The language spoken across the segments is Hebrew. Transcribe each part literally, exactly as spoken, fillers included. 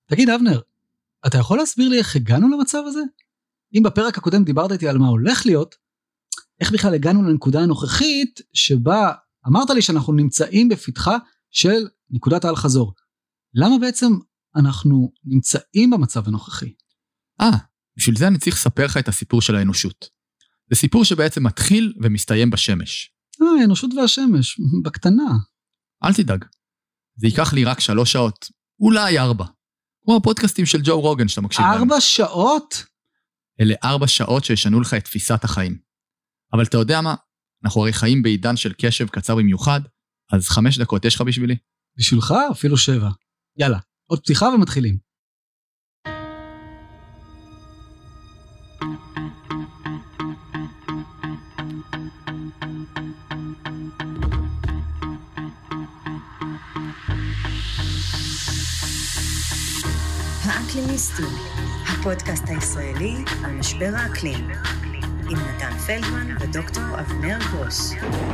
תגיד, אבנר, אתה יכול להסביר לי איך הגענו למצב הזה? אם בפרק הקודם דיברת איתי על מה הולך להיות, איך בכלל הגענו לנקודה הנוכחית שבה אמרת לי שאנחנו נמצאים בפתחה של נקודת האל חזור. למה בעצם אנחנו נמצאים במצב הנוכחי? אה, בשביל זה אני צריך לספר לך את הסיפור של האנושות. זה סיפור שבעצם מתחיל ומסתיים בשמש. אה, האנושות והשמש, בקטנה. אל תדאג. זה ייקח לי רק שלוש שעות, אולי ארבע. כמו הפודקאסטים של ג'ו רוגן שאתה מקשיב להם. ארבע שעות? אלה ארבע שעות שישנו לך את תפיסת החיים. אבל אתה יודע מה? אנחנו הרי חיים בעידן של קשב קצר במיוחד, אז חמש דקות יש לך בשבילי? בשבילך אפילו שבע. יאללה, עוד פתיחה ומתחילים. האקלימיסטים, הפודקאסט הישראלי על משבר האקלים, עם נתן פלדמן ודוקטור אבנר גרוס.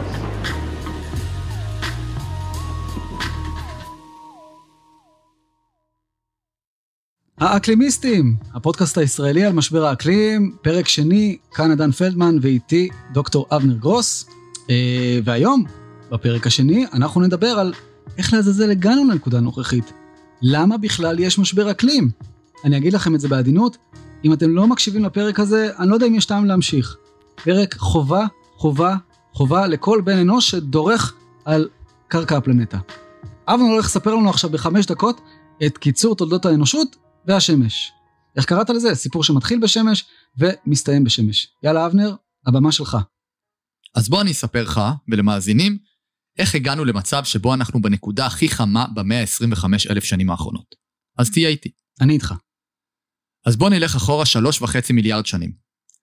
האקלימיסטים, הפודקאסט הישראלי על משבר האקלים, פרק שני, כאן נתן פלדמן ואיתי דוקטור אבנר גרוס, והיום, בפרק השני, אנחנו נדבר על איך לעזאזל הגענו לנקודה הנוכחית. למה בכלל יש משבר אקלים? אני אגיד לכם את זה בעדינות, אם אתם לא מקשיבים לפרק הזה, אני לא יודע אם יש טעם להמשיך. פרק חובה, חובה, חובה לכל בן אנוש שדורך על קרקע הפלנטה. אבנר הולך לספר לנו עכשיו בחמש דקות את קיצור תולדות האנושות והשמש. איך קראת לזה? סיפור שמתחיל בשמש ומסתיים בשמש. יאללה אבנר, הבמה שלך. אז בוא אני אספר לך ולמאזינים, איך הגענו למצב שבו אנחנו בנקודה הכי חמה ב-מאה עשרים וחמש אלף שנים האחרונות. אז תהיה איתי. אני איתך. אז בוא נלך אחורה שלוש וחצי מיליארד שנים.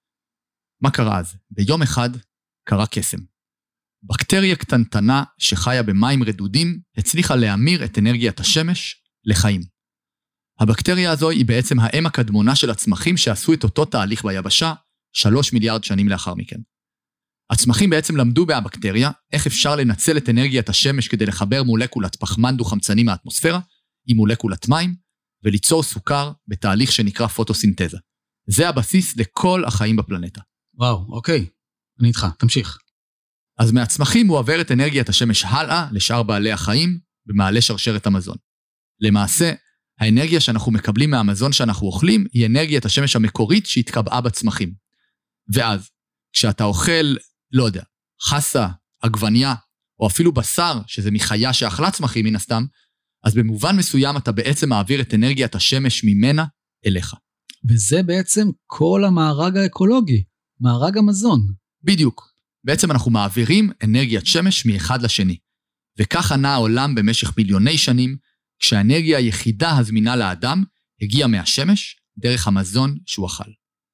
מה קרה אז? ביום אחד קרה קסם. בקטריה קטנטנה שחיה במים רדודים הצליחה להמיר את אנרגיית השמש לחיים. הבקטריה הזו היא בעצם האם הקדמונה של הצמחים שעשו את אותו תהליך ביבשה שלוש מיליארד שנים לאחר מכן. הצמחים בעצם למדו מהבקטריה איך אפשר לנצל את אנרגיית השמש כדי לחבר מולקולת פחמן דו-חמצני מהאטמוספירה עם מולקולת מים וליצור סוכר בתהליך שנקרא פוטוסינתזה. זה הבסיס לכל החיים בפלנטה. וואו, אוקיי. אני איתך, תמשיך. אז מהצמחים מועברת אנרגיית השמש הלאה לשאר בעלי החיים במעלה שרשרת המזון. למעשה, האנרגיה שאנחנו מקבלים מהמזון שאנחנו אוכלים היא אנרגיית השמש המקורית שהתקבעה בצמחים. ואז, כשאתה אוכל, לא יודע, חסה, עגבניה, או אפילו בשר, שזה מחיה שאכלה צמחים מן הסתם, אז במובן מסוים אתה בעצם מעביר את אנרגיית השמש ממנה אליך. וזה בעצם כל המארג האקולוגי, מארג המזון. בדיוק. בעצם אנחנו מעבירים אנרגיית שמש מאחד לשני. וככה נע העולם במשך מיליוני שנים, כשהאנרגיה היחידה הזמינה לאדם הגיעה מהשמש דרך המזון שהוא אכל.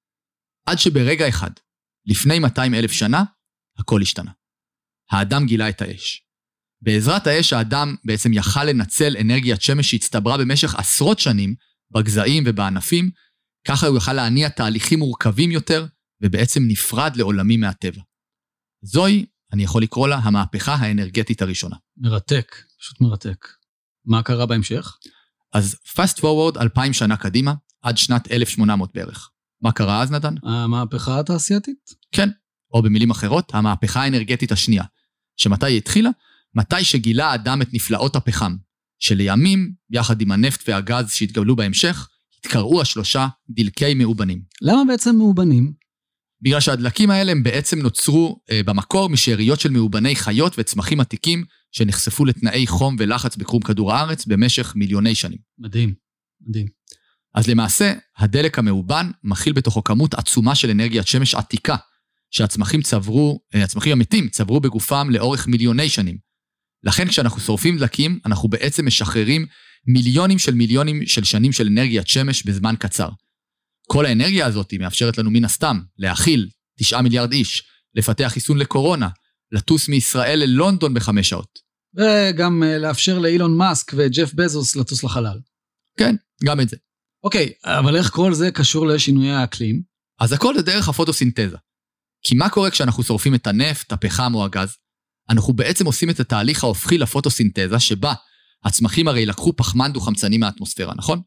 עד שברגע אחד, לפני מאתיים אלף שנה, הכל השתנה. האדם גילה את האש. בעזרת האש האדם בעצם יכל לנצל אנרגיית שמש שהצטברה במשך עשרות שנים בגזעים ובענפים, ככה הוא יכל להניע תהליכים מורכבים יותר, ובעצם נפרד לעולמים מהטבע. זוהי, אני יכול לקרוא לה, המהפכה האנרגטית הראשונה. מרתק, פשוט מרתק. מה קרה בהמשך? אז fast forward אלפיים שנה קדימה, עד שנת אלף שמונה מאות בערך. מה קרה אז, נתן? המהפכה התעשייתית? כן, או במילים אחרות, המהפכה האנרגטית השנייה. שמתי היא התחילה? מתי שגילה האדם את נפלאות הפחם, שלימים, יחד עם הנפט והגז שהתגבלו בהמשך, התקראו השלושה דלקי מאובנים. למה בעצם מאובנים? בגלל שהדלקים האלה הם בעצם נוצרו אה, במקור משאריות של מאובני חיות וצמחים עתיקים, שנחשפו לתנאי חום ולחץ בקרום כדור הארץ במשך מיליוני שנים. מדהים, מדהים. אז למעשה, הדלק המאובן מכיל בתוכו כמות עצומה של אנרגיית שמש עתיקה, שהצמחים צברו, הצמחים המתים צברו בגופם לאורך מיליוני שנים. לכן כשאנחנו שורפים דלקים, אנחנו בעצם משחררים מיליונים של מיליונים של שנים של אנרגיית שמש בזמן קצר. כל האנרגיה הזאת היא מאפשרת לנו מן הסתם להכיל תשעה מיליארד איש, לפתח חיסון לקורונה, לטוס מישראל ללונדון בחמש שעות. וגם לאפשר לאילון מאסק וג'ף בזוס לטוס לחלל. כן, גם את זה. אוקיי, אבל איך כל זה קשור לשינויי האקלים? אז הכל זה דרך הפוטוסינתזה. כי מה קורה כשאנחנו שורפים את הנפט, הפחם או הגז? אנחנו בעצם עושים את התהליך ההופכי לפוטוסינתזה, שבה הצמחים הרי לקחו פחמן דו-חמצני מהאטמוספירה, נכון?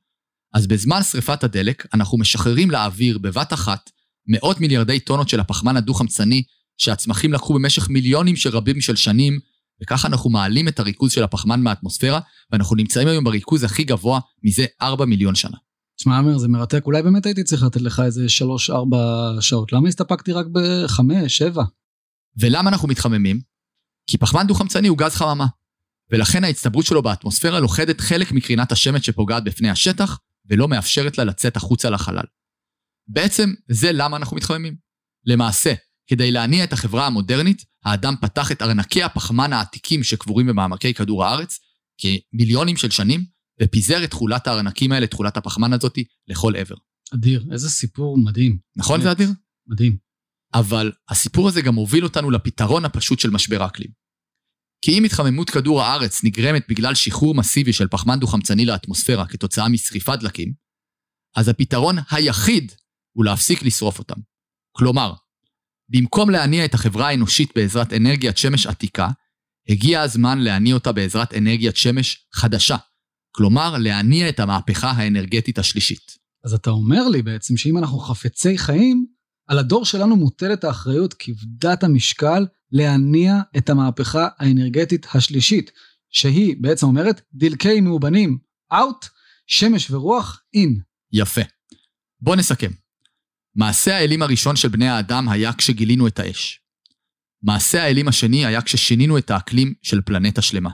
אז בזמן שריפת הדלק, אנחנו משחררים לאוויר בבת אחת מאות מיליארדי טונות של הפחמן הדו-חמצני, שהצמחים לקחו במשך מיליונים של רבים של שנים, וככה אנחנו מעלים את הריכוז של הפחמן מהאטמוספירה, ואנחנו נמצאים היום בריכוז הכי גבוה מזה ארבע מיליון שנה. תשמע, אמר, זה מרתק, אולי באמת הייתי צריך לתת לך איזה שלוש ארבע שעות, למה הסתפקתי רק בחמש, שבע? ולמה אנחנו מתחממים? כי פחמן דו-חמצני הוא גז חממה, ולכן ההצטברות שלו באטמוספירה לוכדת חלק מקרינת השמש שפוגעת בפני השטח, ולא מאפשרת לה לצאת החוצה לחלל. בעצם זה למה אנחנו מתחממים. למעשה, כדי להניע את החברה המודרנית, האדם פתח את ארנקי הפחמן העתיקים שקבורים במעמקי כדור הארץ, כמיליונים של שנים, ופיזר את תכולת הארנקים האלה, תכולת הפחמן הזאת, לכל עבר. אדיר, איזה סיפור מדהים. נכון זה אדיר? מדהים. אבל הסיפור הזה גם הוביל אותנו לפתרון הפשוט של משבר האקלים. כי אם התחממות כדור הארץ נגרמת בגלל שחרור מסיבי של פחמן דו-חמצני לאטמוספירה כתוצאה משריפת דלקים, אז הפתרון היחיד הוא להפסיק לשרוף אותם. כלומר, במקום להניע את החברה האנושית בעזרת אנרגיית שמש עתיקה, הגיע הזמן להניע אותה בעזרת אנרגיית שמש חדשה. כלומר, להניע את המהפכה האנרגטית השלישית. אז אתה אומר לי בעצם שאם אנחנו חפצי חיים, על הדור שלנו מוטלת האחריות כבדת המשקל להניע את המהפכה האנרגטית השלישית, שהיא בעצם אומרת דלקי מאובנים out, שמש ורוח in. יפה. בוא נסכם. מעשה האלים הראשון של בני האדם היה כשגילינו את האש. מעשה האלים השני היה כששינינו את האקלים של פלנטה שלמה.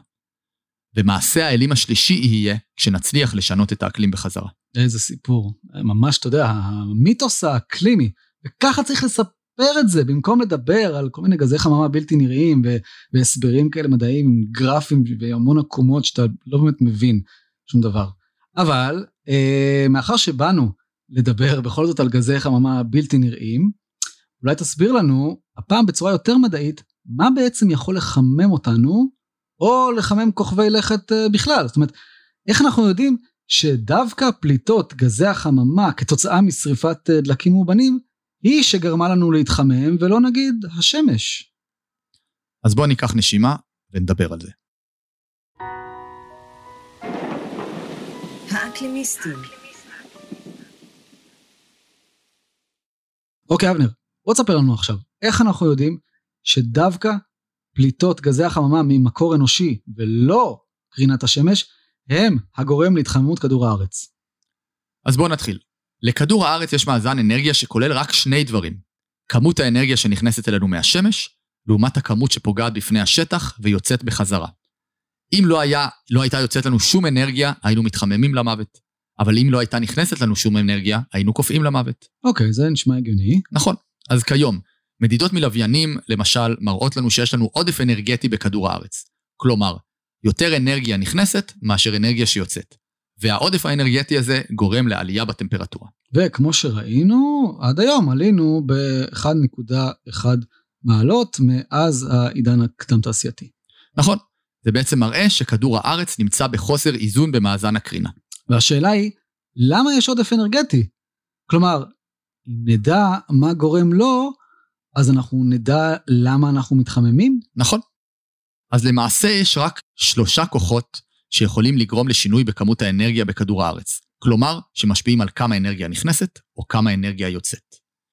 ומעשה האלים השלישי יהיה כשנצליח לשנות את האקלים בחזרה. איזה סיפור. ממש, אתה יודע, המיתוס האקלימי, וככה צריך לספר את זה, במקום לדבר על כל מיני גזי חממה בלתי נראים, והסברים כאלה מדעיים, עם גרפים והמון עקומות, שאתה לא באמת מבין שום דבר. אבל, אה, מאחר שבאנו לדבר בכל זאת על גזי חממה בלתי נראים, אולי תסביר לנו, הפעם בצורה יותר מדעית, מה בעצם יכול לחמם אותנו, או לחמם כוכבי לכת אה, בכלל. זאת אומרת, איך אנחנו יודעים שדווקא פליטות גזי החממה, כתוצאה משריפת אה, דלקים מאובנים, היא שגרמה לנו להתחמם, ולא נגיד השמש. אז בואו ניקח נשימה ונדבר על זה. האקלימיסטים. אוקיי, אבנר, בוא תספר לנו עכשיו, איך אנחנו יודעים שדווקא פליטות גזי החממה ממקור אנושי, ולא קרינת השמש, הם הגורם להתחממות כדור הארץ? אז בואו נתחיל. לכדור הארץ יש מאזן אנרגיה שכולל רק שני דברים. כמות האנרגיה שנכנסת אלינו מהשמש, לעומת הכמות שפוגעת בפני השטח ויוצאת בחזרה. אם לא היה, לא הייתה יוצאת לנו שום אנרגיה, היינו מתחממים למוות. אבל אם לא הייתה נכנסת לנו שום אנרגיה, היינו קופאים למוות. אוקיי, זה נשמע הגיוני. נכון. אז כיום, מדידות מלוויינים, למשל, מראות לנו שיש לנו עודף אנרגטי בכדור הארץ. כלומר, יותר אנרגיה נכנסת מאשר אנרגיה שיוצאת. והעודף האנרגטי הזה גורם לעלייה בטמפרטורה. וכמו שראינו, עד היום עלינו ב-אחת נקודה אחת מעלות מאז העידן הקדם-תעשייתי. נכון. זה בעצם מראה שכדור הארץ נמצא בחוסר איזון במאזן הקרינה. והשאלה היא, למה יש עודף אנרגטי? כלומר, אם נדע מה גורם לו, אז אנחנו נדע למה אנחנו מתחממים? נכון. אז למעשה יש רק שלושה כוחות שיכולים לגרום לשינוי בכמות האנרגיה בכדור הארץ. כלומר, שמשפיעים על כמה אנרגיה נכנסת, או כמה אנרגיה יוצאת.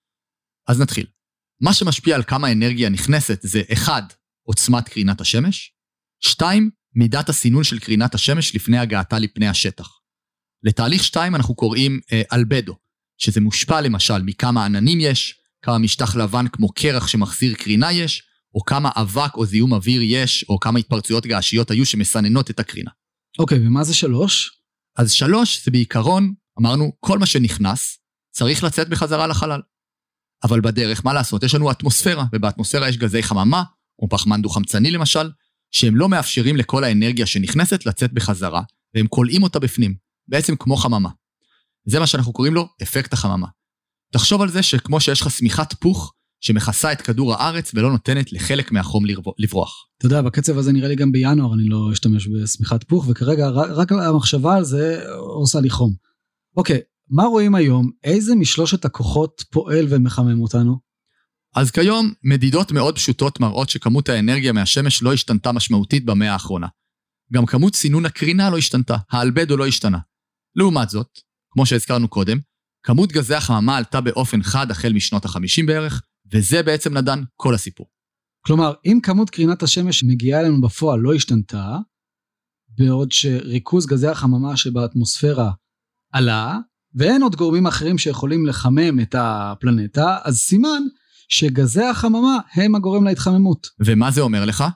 אז נתחיל. מה שמשפיע על כמה אנרגיה נכנסת זה אחד, עוצמת קרינת השמש, שתיים, מידת הסינון של קרינת השמש לפני הגעתה לפני השטח. לתהליך שתיים אנחנו קוראים אה, אלבדו, שזה מושפע למשל מכמה עננים יש, כמה משטח לבן כמו קרח שמחזיר קרינה יש, או כמה אבק או זיהום אוויר יש, או כמה התפרצויות געשיות היו שמסננות את הקרינה. אוקיי, ומה זה שלוש? אז שלוש זה בעיקרון, אמרנו, כל מה שנכנס צריך לצאת בחזרה לחלל. אבל בדרך, מה לעשות? יש לנו אטמוספירה, ובאטמוספירה יש גזי חממה, או פחמן דו-חמצני למשל, שהם לא מאפשרים לכל האנרגיה שנכנסת לצאת בחזרה, והם קולעים אותה בפנים, בעצם כמו חממה. זה מה שאנחנו קוראים לו אפקט החממה. תחשוב על זה שכמו שיש לך סמיכת פוך, שמכסה את כדור הארץ ולא נותנת לחלק מהחום לברוח. אתה יודע, בקצב הזה נראה לי גם בינואר אני לא אשתמש בסמיכת פוך, וכרגע רק המחשבה על זה עושה לי חום. אוקיי, מה רואים היום? איזה משלושת הכוחות פועל ומחמם אותנו? אז כיום מדידות מאוד פשוטות מראות שכמות האנרגיה מהשמש לא השתנתה משמעותית במאה האחרונה. גם כמות סינון הקרינה לא השתנתה, האלבדו לא השתנה. לעומת זאת, כמו שהזכרנו קודם, כמות גזי החממה עלתה באופן חד החל משנות ה-חמישים בערך, וזה בעצם נדן כל הסיפור. כלומר, אם כמות קרינת השמש מגיעה אלינו בפועל לא השתנתה, בעוד שריכוז גזי החממה שבאטמוספירה עלה, ואין עוד גורמים אחרים שיכולים לחמם את הפלנטה, אז סימן שגזי החממה הם הגורם להתחממות. ומה זה אומר לך?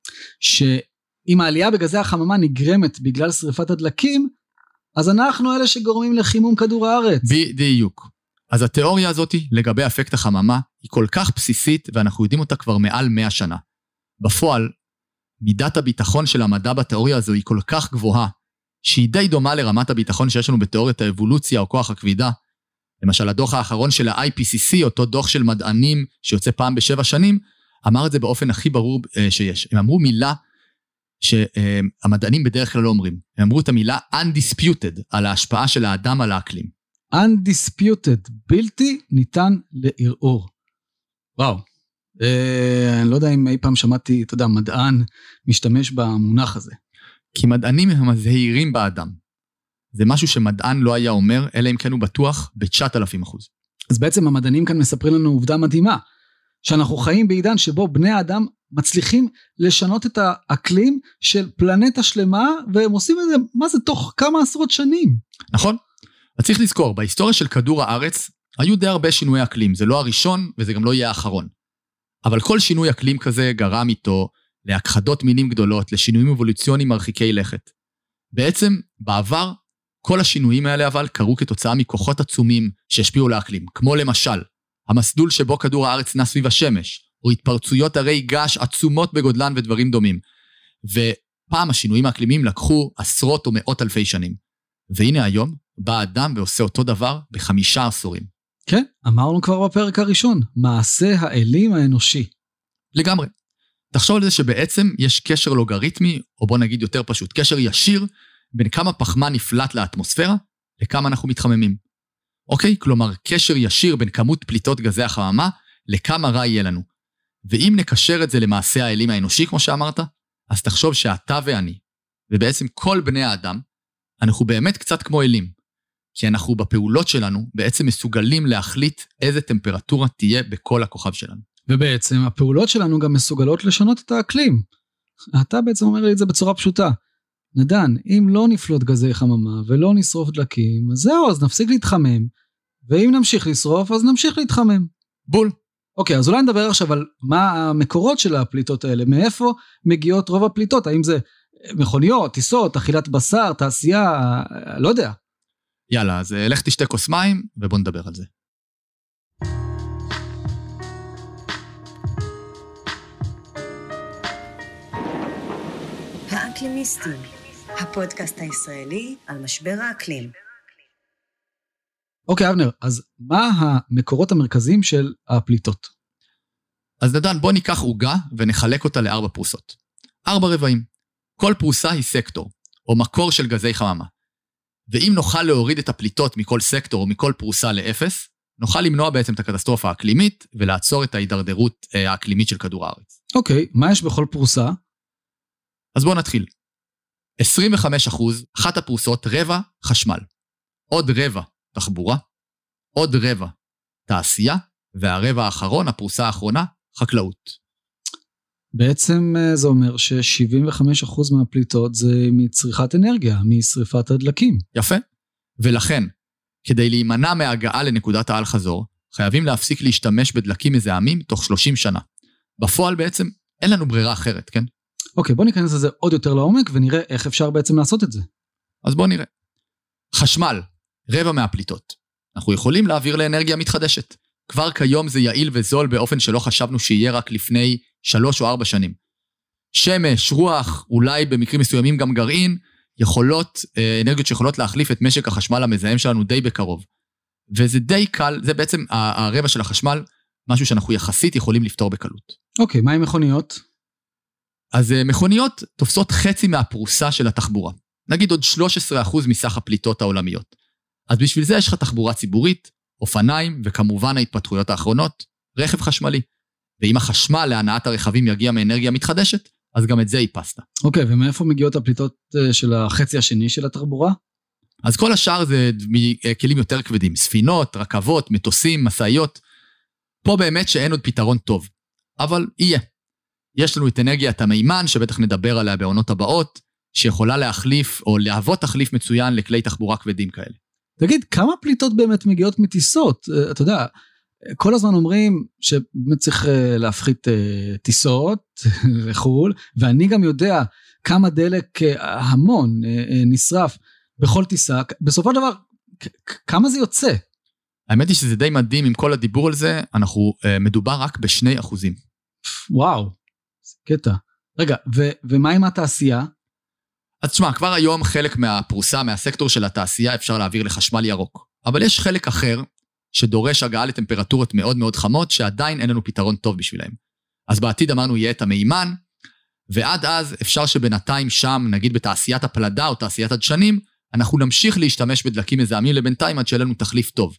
שאם העלייה בגזי החממה נגרמת בגלל שריפת הדלקים, אז אנחנו אלה שגורמים לחימום כדור הארץ. בדיוק. אז התיאוריה הזאת לגבי אפקט החממה היא כל כך בסיסית, ואנחנו יודעים אותה כבר מעל מאה שנה. בפועל, מידת הביטחון של המדע בתיאוריה הזו היא כל כך גבוהה, שהיא די דומה לרמת הביטחון שיש לנו בתיאוריית האבולוציה או כוח הכבידה. למשל, הדוח האחרון של ה-איי פי סי סי, אותו דוח של מדענים שיוצא פעם בשבע שנים, אמר את זה באופן הכי ברור שיש. הם אמרו מילה שהמדענים בדרך כלל לא אומרים. הם אמרו את המילה undisputed על ההשפעה של האדם על האקלים. undisputed, בלתי ניתן לערעור. וואו. אה, אני לא יודע אם אי פעם שמעתי, אתה יודע, מדען משתמש במונח הזה. כי מדענים הם מזהירים באדם. זה משהו שמדען לא היה אומר, אלא אם כן הוא בטוח ב-תשעת אלפים אחוז. אז בעצם המדענים כאן מספרים לנו עובדה מדהימה, שאנחנו חיים בעידן שבו בני האדם מצליחים לשנות את האקלים של פלנטה שלמה, והם עושים את זה, מה זה, תוך כמה עשרות שנים. נכון? אז צריך לזכור, בהיסטוריה של כדור הארץ, היו די הרבה שינוי אקלים, זה לא הראשון וזה גם לא יהיה האחרון. אבל כל שינוי אקלים כזה גרם איתו להכחדות מינים גדולות, לשינויים אבולוציוניים מרחיקי לכת. בעצם, בעבר, כל השינויים האלה אבל קרו כתוצאה מכוחות עצומים שהשפיעו לאקלים, כמו למשל, המסלול שבו כדור הארץ נע סביב השמש, או התפרצויות הרי געש עצומות בגודלן ודברים דומים. ופעם השינויים האקלימיים לקחו עשרות או מאות אלפי שנים. והנה היום, בא אדם ועושה אותו דבר בחמישה עשורים. כן, אמרנו כבר בפרק הראשון, מעשה האלים האנושי. לגמרי. תחשוב על זה שבעצם יש קשר לוגריתמי, או בוא נגיד יותר פשוט, קשר ישיר, בין כמה פחמן נפלט לאטמוספירה, לכמה אנחנו מתחממים. אוקיי? כלומר, קשר ישיר בין כמות פליטות גזי החממה, לכמה רע יהיה לנו. ואם נקשר את זה למעשה האלים האנושי, כמו שאמרת, אז תחשוב שאתה ואני, ובעצם כל בני האדם, אנחנו באמת קצת כמו אלים, כי אנחנו בפעולות שלנו בעצם מסוגלים להחליט איזה טמפרטורה תהיה בכל הכוכב שלנו. ובעצם הפעולות שלנו גם מסוגלות לשנות את האקלים. אתה בעצם אומר לי את זה בצורה פשוטה. נדן, אם לא נפלוט גזי חממה ולא נשרוף דלקים, אז זהו, אז נפסיק להתחמם, ואם נמשיך לשרוף, אז נמשיך להתחמם. בול. אוקיי, אז אולי נדבר עכשיו על מה המקורות של הפליטות האלה, מאיפה מגיעות רוב הפליטות, האם זה מכוניות, טיסות, אכילת בשר, תעשייה, לא יודע. יאללה, אז לך תשתה כוס מים, ובוא נדבר על זה. האקלימיסטים, הפודקאסט הישראלי על משבר האקלים. אוקיי, אבנר, אז מה המקורות המרכזיים של הפליטות? אז נדן, בוא ניקח עוגה ונחלק אותה לארבע פרוסות. ארבע רבעים. כל פרוסה היא סקטור, או מקור של גזי חממה. ואם נוכל להוריד את הפליטות מכל סקטור או מכל פרוסה לאפס, נוכל למנוע בעצם את הקטסטרופה האקלימית, ולעצור את ההידרדרות האקלימית של כדור הארץ. אוקיי, מה יש בכל פרוסה? אז בואו נתחיל. עשרים וחמישה אחוז, אחת הפרוסות, רבע, חשמל. עוד רבע, תחבורה. עוד רבע, תעשייה. והרבע האחרון, הפרוסה האחרונה, חקלאות. בעצם זה אומר ש-שבעים וחמישה אחוז מהפליטות זה מצריכת אנרגיה, משריפת הדלקים. יפה. ולכן, כדי להימנע מהגעה לנקודת העל חזור, חייבים להפסיק להשתמש בדלקים מזהמים תוך שלושים שנה. בפועל בעצם אין לנו ברירה אחרת, כן? אוקיי, בוא ניכנס לזה עוד יותר לעומק ונראה איך אפשר בעצם לעשות את זה. אז בוא נראה. חשמל, רבע מהפליטות. אנחנו יכולים להעביר לאנרגיה מתחדשת. כבר כיום זה יעיל וזול באופן שלא חשבנו שיהיה רק לפני שלוש או ארבע שנים. שמש, רוח, אולי במקרים מסוימים גם גרעין, יכולות, אנרגיות שיכולות להחליף את משק החשמל המזהם שלנו די בקרוב. וזה די קל, זה בעצם הרבע של החשמל, משהו שאנחנו יחסית יכולים לפתור בקלות. אוקיי, מה עם מכוניות? אז מכוניות תופסות חצי מהפרוסה של התחבורה. נגיד עוד שלושה עשר אחוז מסך הפליטות העולמיות. אז בשביל זה יש לך תחבורה ציבורית, אופניים, וכמובן ההתפתחויות האחרונות, רכב חשמלי. ואם החשמל להנעת הרכבים יגיע מאנרגיה מתחדשת, אז גם את זה ייפסת. אוקיי, ומאיפה מגיעות הפליטות של החצי השני של התחבורה? אז כל השאר זה כלים יותר כבדים, ספינות, רכבות, מטוסים, מסעיות. פה באמת שאין עוד פתרון טוב, אבל יהיה. יש לנו את אנרגיית המימן, שבטח נדבר עליה בעונות הבאות, שיכולה להחליף או להוות תחליף מצוין לכלי תחבורה כבדים כאלה. תגיד, כמה פליטות באמת מגיעות מטיסות? אתה יודע, כל הזמן אומרים שבאמת צריך להפחית טיסות לחול, ואני גם יודע כמה דלק המון נשרף בכל טיסה. בסופו של דבר, כמה זה יוצא? האמת היא שזה די מדהים עם כל הדיבור על זה, אנחנו מדובר רק בשני אחוזים. וואו, זה קטע. רגע, ו- ומה עם התעשייה? אז תשמע, כבר היום חלק מהפרוסה, מהסקטור של התעשייה אפשר להעביר לחשמל ירוק. אבל יש חלק אחר שדורש הגעה לטמפרטורות מאוד מאוד חמות, שעדיין אין לנו פתרון טוב בשבילהם. אז בעתיד אמרנו יהיה את המימן, ועד אז אפשר שבינתיים שם, נגיד בתעשיית הפלדה או תעשיית הדשנים, אנחנו נמשיך להשתמש בדלקים מזהמים לבינתיים עד שיהיה לנו תחליף טוב.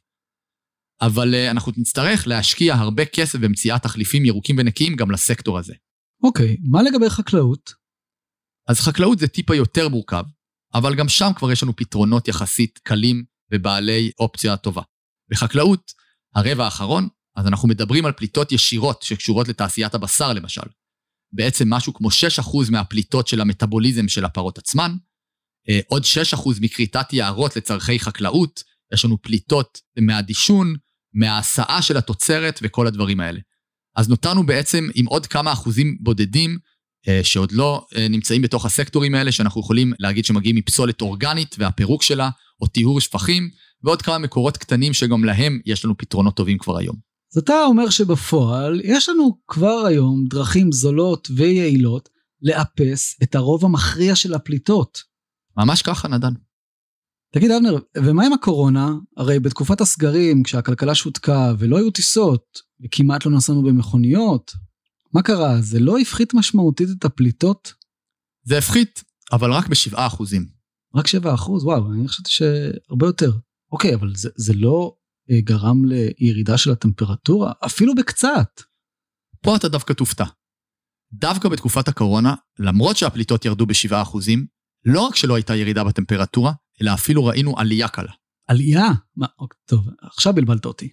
אבל uh, אנחנו נצטרך להשקיע הרבה כסף במציאת תחליפים ירוקים ונקיים גם לסקטור הזה. אוקיי, מה לגבי חקלאות? אז חקלאות זה טיפה יותר מורכב, אבל גם שם כבר יש לנו פתרונות יחסית קלים ובעלי אופציה טובה. בחקלאות, הרבע האחרון, אז אנחנו מדברים על פליטות ישירות שקשורות לתעשיית הבשר למשל. בעצם משהו כמו שש אחוז מהפליטות של המטאבוליזם של הפרות עצמן, עוד שש אחוז מקריטת יערות לצרכי חקלאות, יש לנו פליטות מהדישון, מההסעה של התוצרת וכל הדברים האלה. אז נותרנו בעצם עם עוד כמה אחוזים בודדים, שעוד לא נמצאים בתוך הסקטורים האלה, שאנחנו יכולים להגיד שמגיעים מפסולת אורגנית והפירוק שלה, או טיהור שפכים, ועוד כמה מקורות קטנים שגם להם יש לנו פתרונות טובים כבר היום. אז אתה אומר שבפועל יש לנו כבר היום דרכים זולות ויעילות לאפס את הרוב המכריע של הפליטות. ממש ככה, נדן. תגיד אבנר, ומה עם הקורונה? הרי בתקופת הסגרים, כשהכלכלה שותקה ולא היו טיסות, וכמעט לא נסענו במכוניות, מה קרה? זה לא הפחית משמעותית את הפליטות? זה הפחית, אבל רק בשבעה אחוזים. רק שבעה אחוז? וואו, אני חושבת שהרבה יותר. אוקיי, אבל זה, זה לא גרם לירידה של הטמפרטורה, אפילו בקצת. פה אתה דווקא תופתע. דווקא בתקופת הקורונה, למרות שהפליטות ירדו בשבעה אחוזים, לא רק שלא הייתה ירידה בטמפרטורה, אלא אפילו ראינו עלייה קלה. עלייה? מה? טוב, עכשיו בלבלת אותי.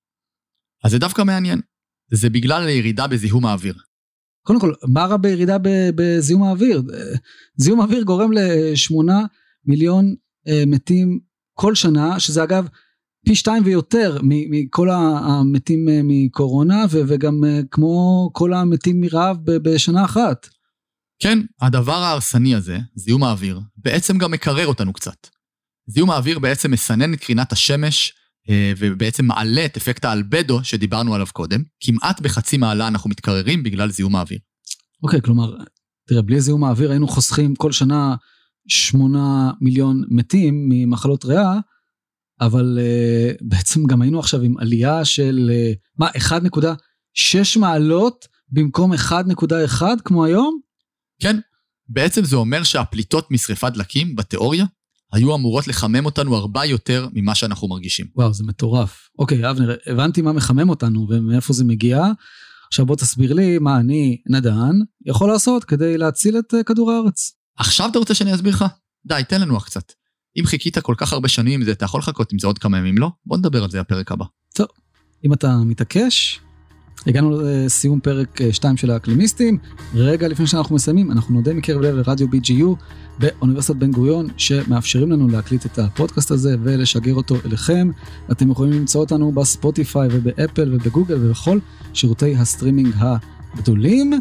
אז זה דווקא מעניין. זה בגלל הירידה בזיהום האוויר. קודם כל, מה רע בירידה בזיהום האוויר? זיהום האוויר גורם לשמונה מיליון מתים כל שנה, שזה אגב פי שתיים ויותר מכל המתים מקורונה, וגם כמו כל המתים מרעב בשנה אחת. כן, הדבר ההרסני הזה, זיהום האוויר, בעצם גם מקרר אותנו קצת. זיהום האוויר בעצם מסנן את קרינת השמש, ובעצם מעלה את אפקט האלבדו שדיברנו עליו קודם. כמעט בחצי מעלה אנחנו מתקררים בגלל זיהום האוויר. אוקיי, כלומר, תראה, בלי זיהום האוויר היינו חוסכים כל שנה שמונה מיליון מתים ממחלות ריאה, אבל uh, בעצם גם היינו עכשיו עם עלייה של, uh, מה, אחת נקודה שש מעלות במקום אחת נקודה אחת כמו היום? כן, בעצם זה אומר שהפליטות משריפת דלקים, בתיאוריה, היו אמורות לחמם אותנו הרבה יותר ממה שאנחנו מרגישים. וואו, זה מטורף. אוקיי, אבנר, הבנתי מה מחמם אותנו ומאיפה זה מגיע. עכשיו בוא תסביר לי מה אני, נדן, יכול לעשות כדי להציל את uh, כדור הארץ. עכשיו אתה רוצה שאני אסביר לך? די, תן לנו קצת. אם חיכית כל כך הרבה שנים עם זה, אתה יכול לחכות עם זה עוד כמה ימים, לא? בוא נדבר על זה הפרק הבא. טוב, אם אתה מתעקש, הגענו לסיום פרק שתיים של האקלימיסטים. רגע לפני שאנחנו מסיימים, אנחנו נודה מקרב לב לרדיו בי ג'י יו באוניברסיטת בן גוריון, שמאפשרים לנו להקליט את הפודקאסט הזה ולשגר אותו אליכם. אתם יכולים למצוא אותנו בספוטיפיי ובאפל ובגוגל ובכל שירותי הסטרימינג הגדולים.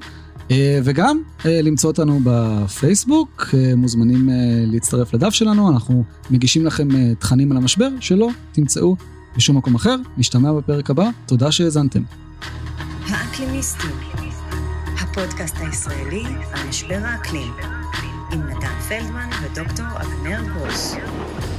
וגם למצוא אותנו בפייסבוק, מוזמנים להצטרף לדף שלנו, אנחנו מגישים לכם תכנים על המשבר שלא תמצאו בשום מקום אחר. נשתמע בפרק הבא, תודה שהאזנתם. האקלימיסטים, הפודקאסט הישראלי על משבר האקלים, עם נתן פלדמן ודוקטור אבנר גרוס.